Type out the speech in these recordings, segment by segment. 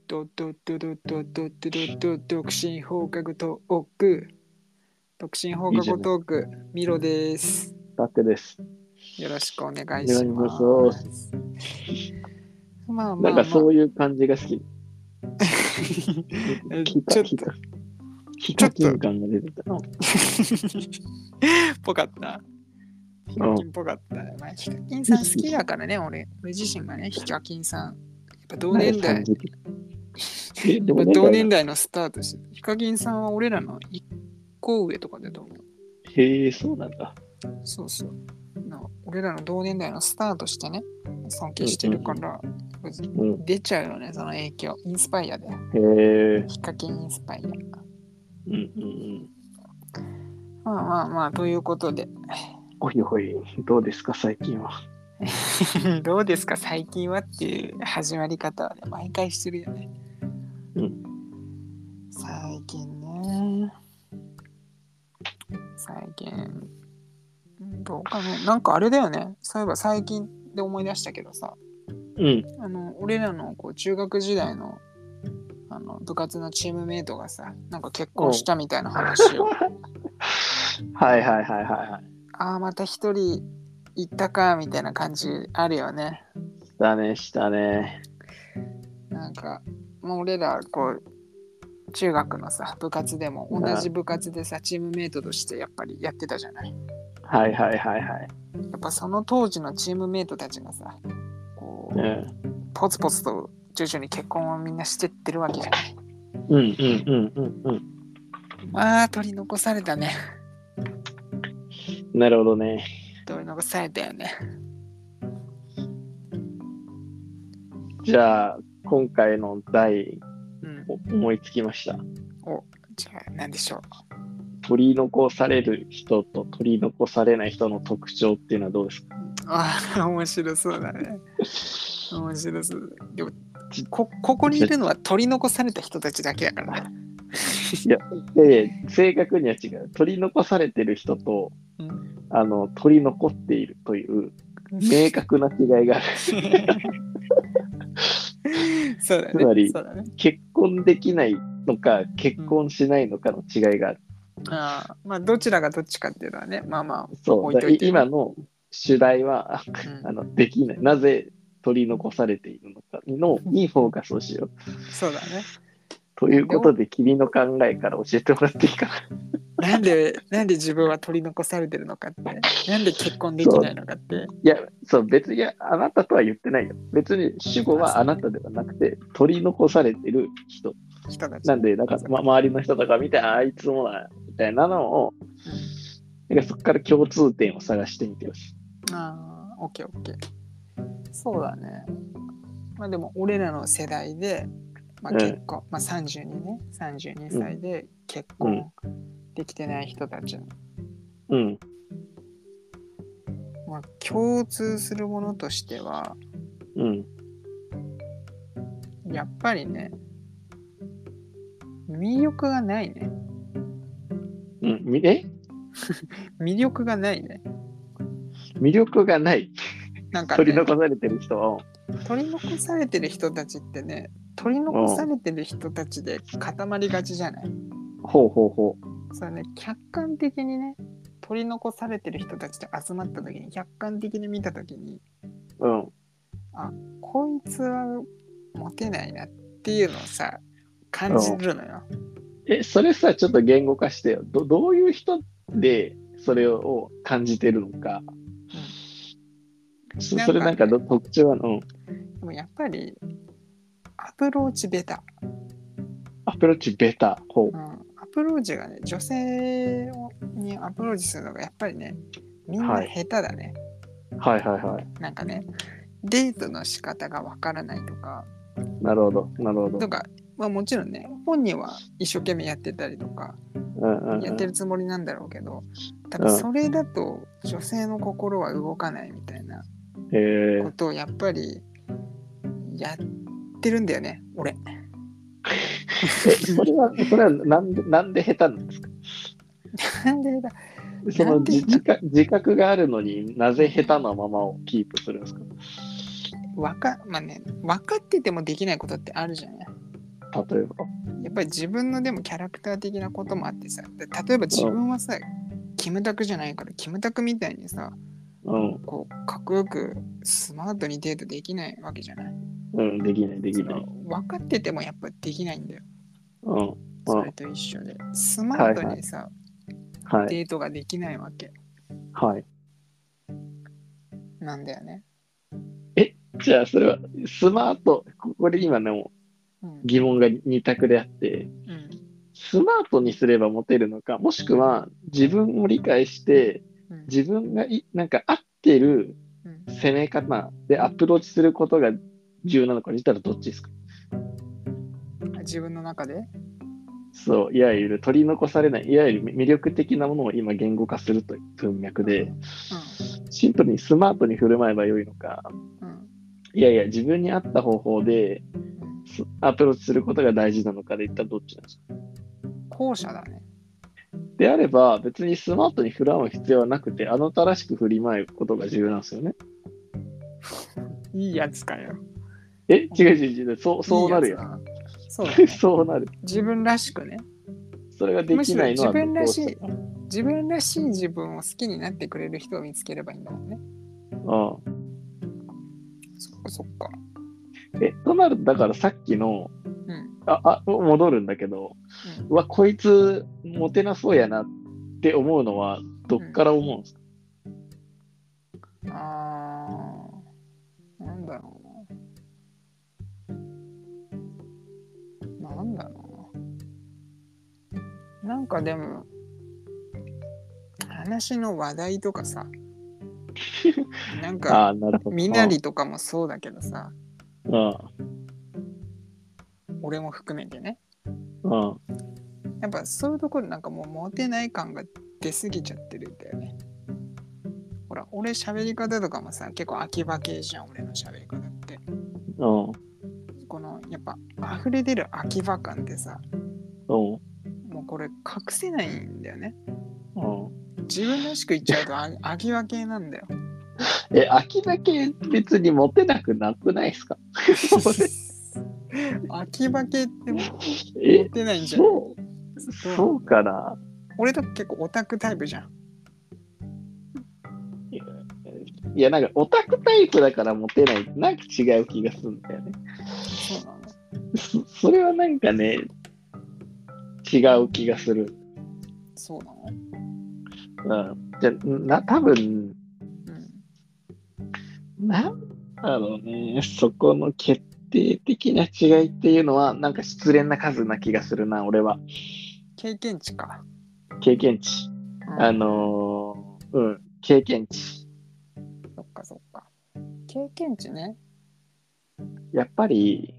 独身放課後トーク。独身放課後トーク、ミロです。 タクです。 よろしくお願いお願しいします。 ます。まあなんまあまあ。 かそういう感じが好き。ヒカ、 ちょっと、 ヒカ、ヒちょっと、 カキン感が出てた。 ぽかった。ヒカキンうん。 っぽかった。まあ、ヒカキンさん好きだからね、俺自身がね、ヒカキンさん。やっぱ同なんで年代、 さん付け。 やっぱ同年同代なの？ 年代のスタートして、ヒカキンさんは俺らの一個上とかでと思う。 へえ、そうなんだ。 そうそう。俺らの同年代のスタートしてね、尊敬してるから、 うん出ちゃうよね、その影響。インスパイアで。 へえ。 ヒカキンインスパイうんうんア。まあまあまあ、ということで。 ほいほい、どうですか、最近は。 どうですか、最近はっていう始まり方はね、毎回してるよね。 うん。 最近ね。最近、どうかね。なんかあれだよね。そういえば最近で思い出したけどさ、 うん。 俺らの中学時代の部活のチームメイトがさ、なんか結婚したみたいな話を。 はいはいはいはい。 ああ、また一人行ったかみたいな感じあるよね。 したね、したね。 なんか、もう俺ら中学のさ部活でも同じ部活でさチームメイトとしてやっぱりやってたじゃない。 はいはいはいはい。 やっぱその当時のチームメイトたちがさ、 うん。 ポツポツと徐々に結婚をみんなしてってるわけじゃない。 うんうんうんうんうん。 まあ取り残されたね。 なるほどね。 取り残されたよね。 じゃあ、今回の題、 うん。 思いつきました。 じゃあ何でしょう。 取り残される人と取り残されない人の特徴っていうのはどうですか？ ああ、面白そうだね。面白そう。でもここにいるのは取り残された人たちだけやから。 いや、正確には違う。取り残されてる人と、 うん、 取り残っているという明確な違いがある。 そうだね。 つまり、 そうだね。 結婚できないのか、結婚しないのかの違いがある。 ああ、まあどちらがどっちかっていうのはね、まあまあそう。 置いといてね。 今の主題は、 うん、 できない。なぜ取り残されているのかにフォーカスをしよう。 そうだね。 ということで、君の考えから教えてもらっていいかな。 なんで自分は取り残されてるのかって、なんで結婚できそう。 ないのかって。 いや、そう、別にあなたとは言ってないよ。別に主語はあなたではなくて、取り残されてる人。 人たちね。 なんで、周りの人とか見て、あいつもな、みたいなのを、そこから共通点を探してみてほしい。 ああ、オッケーオッケー。そうだね。まあでも俺らの世代で、まあ、結婚、まあ32ね、32歳で結婚できてない人たちの、 うん。 まあ共通するものとしては、 うん。 やっぱりね、魅力がないね。 うん。 魅力がないね。 魅力がない。 なんかね、 取り残されてる人は。 取り残されてる人たちってね、取り残されてる人たちで固まりがちじゃない。 ほうほうほう。それね、客観的にね、取り残されてる人たちで集まった時に、客観的に見た時に、 う。うん。 あ、こいつはモテないなっていうのをさ、感じるのよ。 それさ、ちょっと言語化してよ。どういう人でそれを感じてるのか。それなんか特徴はの、 でもやっぱり、アプローチベタ。 アプローチベタ。ほう。 アプローチがね、女性にアプローチするのがやっぱりね、みんな下手だね。 はいはいはい。 なんかね、デートの仕方がわからないとか、 なるほど、なるほど。 とか、まあもちろんね、本人は一生懸命やってたりとか、やってるつもりなんだろうけど、多分それだと女性の心は動かないみたいなことをやっぱりやってるんだよね、俺。 それはなんで下手なんですか？ なんでだその自覚があるのになぜ下手なままをキープするんですか？ まあね、分かっててもできないことってあるじゃない。 例えば。 やっぱり自分のでもキャラクター的なこともあってさ、例えば自分はさ、キムタクじゃないから、キムタクみたいにさ、こうかっこよくスマートにデートできないわけじゃない。 できない。 分かっててもやっぱできないんだよ。それと一緒で。スマートにさ、デートができないわけ。なんだよね。 じゃあそれはスマート、ここで今の疑問が2択であって、スマートにすればモテるのか、もしくは自分を理解して、自分がなんか合ってる攻め方でアプローチすることが重要なのかにしたらどっちですか？ 自分の中で？ そう、いわゆる取り残されない、いわゆる魅力的なものを今言語化するという文脈で、シンプルにスマートに振る舞えばよいのか、いやいや、自分に合った方法でアプローチすることが大事なのかで言ったらどっちなんですか？ 後者だね。 であれば、別にスマートに振る舞う必要はなくて、あなたらしく振り舞うことが重要なんですよね。 いいやつかよ。 違う。そうなるよ。 そうだね。 そうなる。 自分らしくね。それができないのは自分らしい自分を好きになってくれる人を見つければいいんだもんね。そっか。 となると、だからさっきの、戻るんだけど、こいつモテなそうやなって思うのはどっから思うんですか？ なんだろうな。なんかでも話の話題とかさ、なんかみなりとかもそうだけどさ、俺も含めてね、やっぱそういうところなんかもうモテない感が出過ぎちゃってるんだよね。ほら、俺喋り方とかもさ、結構秋葉系じゃん、俺の喋り方って。このやっぱ溢れ出る秋葉感ってさ、もうこれ隠せないんだよね。自分らしく言っちゃうと秋葉系なんだよ。 秋葉系別にモテなくなくないですか？ 秋葉系ってモテないんじゃん。 そうかな。 俺と結構オタクタイプじゃん。 いや、なんかオタクタイプだからモテないってなんか違う気がするんだよね。 そうなの？ それはなんかね、違う気がする。 そうなの？じゃ多分、なんだろうね、そこの決定的な違いっていうのはなんか失恋な数な気がするな、俺は。 経験値か。 経験値。経験値。 そっか。経験値ね。 やっぱり、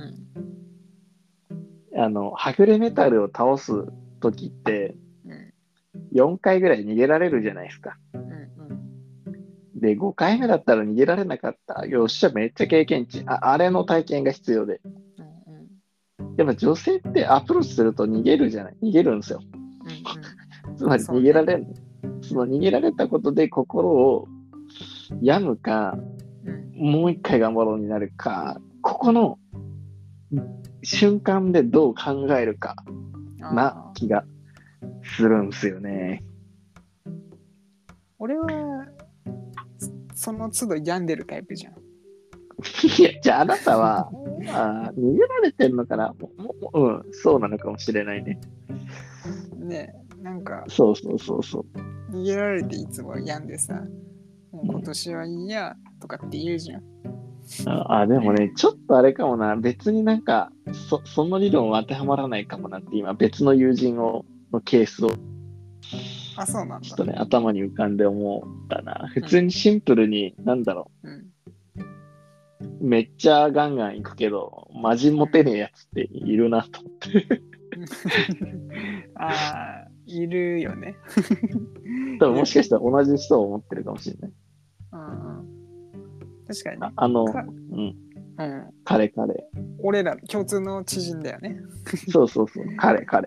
はぐれメタルを倒す時って、4回ぐらい逃げられるじゃないですか。で、5回目だったら逃げられなかった。よっしゃ、めっちゃ経験値。あれの体験が必要で。やっぱ女性ってアプローチすると逃げるじゃない。逃げるんですよ。つまり逃げられる。その逃げられたことで心を病むか、もう一回頑張ろうになるか、ここの瞬間でどう考えるかな気がするんですよね。 俺はその都度病んでるタイプじゃん。 いや、じゃああなたは逃げられてるのかな。そうなのかもしれないね。 ねえ、なんかそう逃げられていつも病んでさ、もう今年はいいやとかって言うじゃん。 でもね、ちょっとあれかもな。別になんかその理論は当てはまらないかもなって今別の友人のケースをそうなんだ。 ちょっとね、頭に浮かんで思ったな。普通にシンプルに、なんだろう、めっちゃガンガン行くけどマジモテねえやつっているなと思っているよね。 多分もしかしたら同じ人を思ってるかもしれない。 確かに彼俺ら共通の知人だよね。 そう彼確か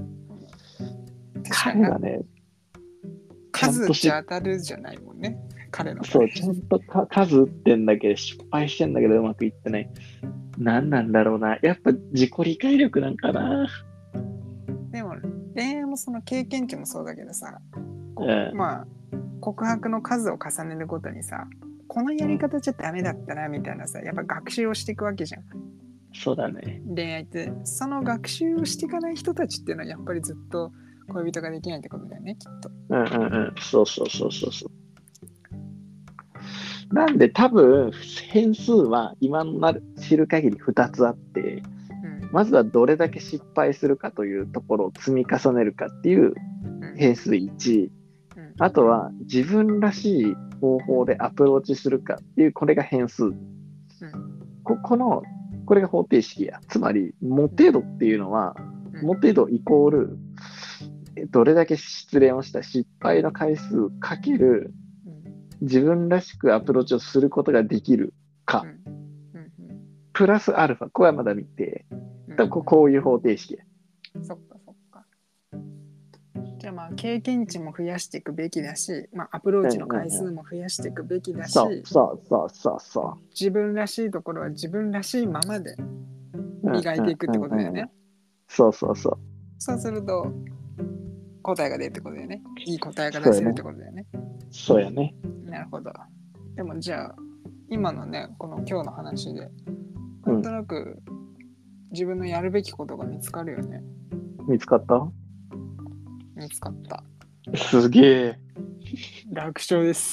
に彼がね、 数じゃ当たるじゃないもんね。 彼の。 そう、ちゃんと数打ってんだけど、失敗してんだけどうまくいってない。何なんだろうな。やっぱ自己理解力なんかな。 でも恋愛もその経験値もそうだけどさ、まあ告白の数を重ねるごとにさ、このやり方じゃダメだったなみたいなさ、やっぱ学習をしていくわけじゃん。 そうだね。 恋愛ってその学習をしていかない人たちっていうのはやっぱりずっと恋人ができないってことだよね、きっと。 そうそうそうそうそう。なんで多分変数は今の知る限り2つあって、まずはどれだけ失敗するかというところを積み重ねるかっていう変数1、あとは自分らしい方法でアプローチするかっていうこれが変数、これが方程式や。つまりモテ度っていうのは、モテ度イコールどれだけ失恋をした失敗の回数かける自分らしくアプローチをすることができるか、プラスアルファ、これはまだ見て、多分こういう方程式。 そっかそっか。じゃあまあ経験値も増やしていくべきだし、まあ、アプローチの回数も増やしていくべきだし、 そう自分らしいところは自分らしいままで磨いていくってことだよね。 そうすると答えが出るってことだよね。いい答えが出せるってことだよね。 そうやね。 なるほど。でもじゃあ今のね、この今日の話でなんとなく自分のやるべきことが見つかるよね。 見つかった？ 見つかった。 すげえ。 楽勝です。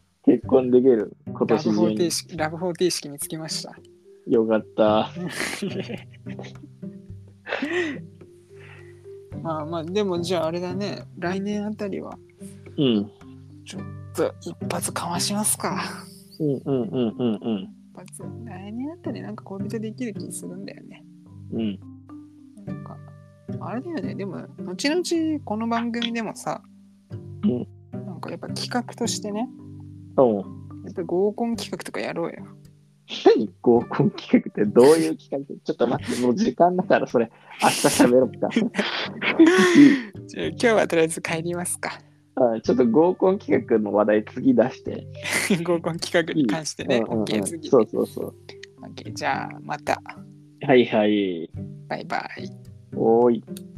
結婚できる今年中に。 ラブ方程式につきました。 よかった。 まあでもじゃああれだね、来年あたりはちょっと一発かましますか。一発来年あたりなんか恋人できる気するんだよね。なんかあれだよね。でも後々この番組でもさ、なんかやっぱ企画としてね、やっぱり合コン企画とかやろうよ。 何合コン企画ってどういう企画？ちょっと待って、もう時間だからそれ明日喋ろうか。 じゃあ今日はとりあえず帰りますか。 ちょっと合コン企画の話題次出して。 合コン企画に関してね。OK、次。 そう。 OK、じゃあまた。 はいはい。 バイバイ。 おーい。